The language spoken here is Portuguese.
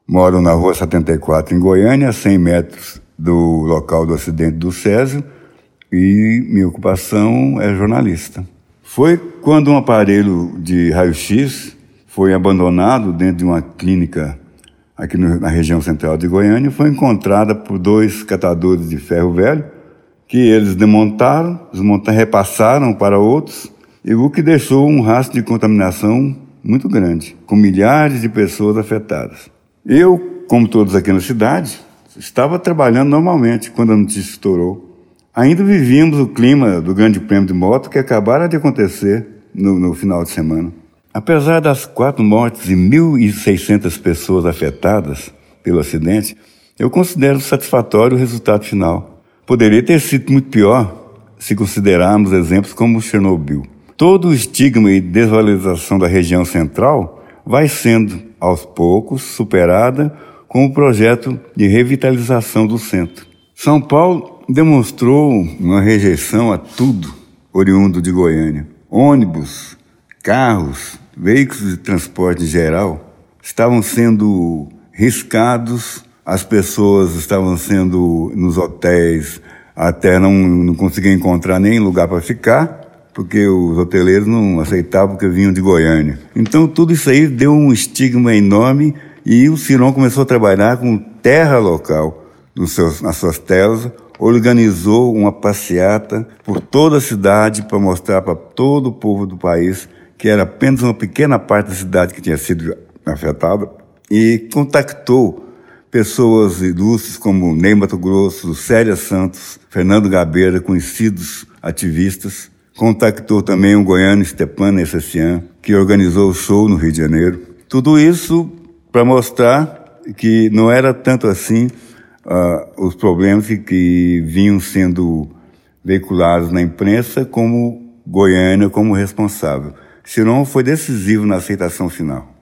Moro na Rua 74, em Goiânia, a 100 metros do local do acidente do Césio, e minha ocupação é jornalista. Foi quando um aparelho de raio-x foi abandonado dentro de uma clínica aqui na região central de Goiânia, foi encontrada por 2 catadores de ferro velho, que eles desmontaram, repassaram para outros, e o que deixou um rastro de contaminação muito grande, com milhares de pessoas afetadas. Eu, como todos aqui na cidade, estava trabalhando normalmente quando a notícia estourou. Ainda vivíamos o clima do Grande Prêmio de Moto que acabara de acontecer no final de semana. Apesar das 4 mortes e 1.600 pessoas afetadas pelo acidente, eu considero satisfatório o resultado final. Poderia ter sido muito pior se considerarmos exemplos como Chernobyl. Todo o estigma e desvalorização da região central vai sendo, aos poucos, superada com o projeto de revitalização do centro. São Paulo demonstrou uma rejeição a tudo oriundo de Goiânia. Ônibus, carros, veículos de transporte em geral estavam sendo riscados, as pessoas estavam sendo nos hotéis, até não conseguiam encontrar nem lugar para ficar, porque os hoteleiros não aceitavam que vinham de Goiânia. Então tudo isso aí deu um estigma enorme e o Ciron começou a trabalhar com terra local nas suas telas, organizou uma passeata por toda a cidade para mostrar para todo o povo do país que era apenas uma pequena parte da cidade que tinha sido afetada, e contactou pessoas ilustres como Ney Matogrosso, Célia Santos, Fernando Gabeira, conhecidos ativistas. Contactou também o goiano Stepan Essessian, que organizou o show no Rio de Janeiro. Tudo isso para mostrar que não era tanto assim os problemas que vinham sendo veiculados na imprensa como Goiânia como responsável. Ciron foi decisivo na aceitação final.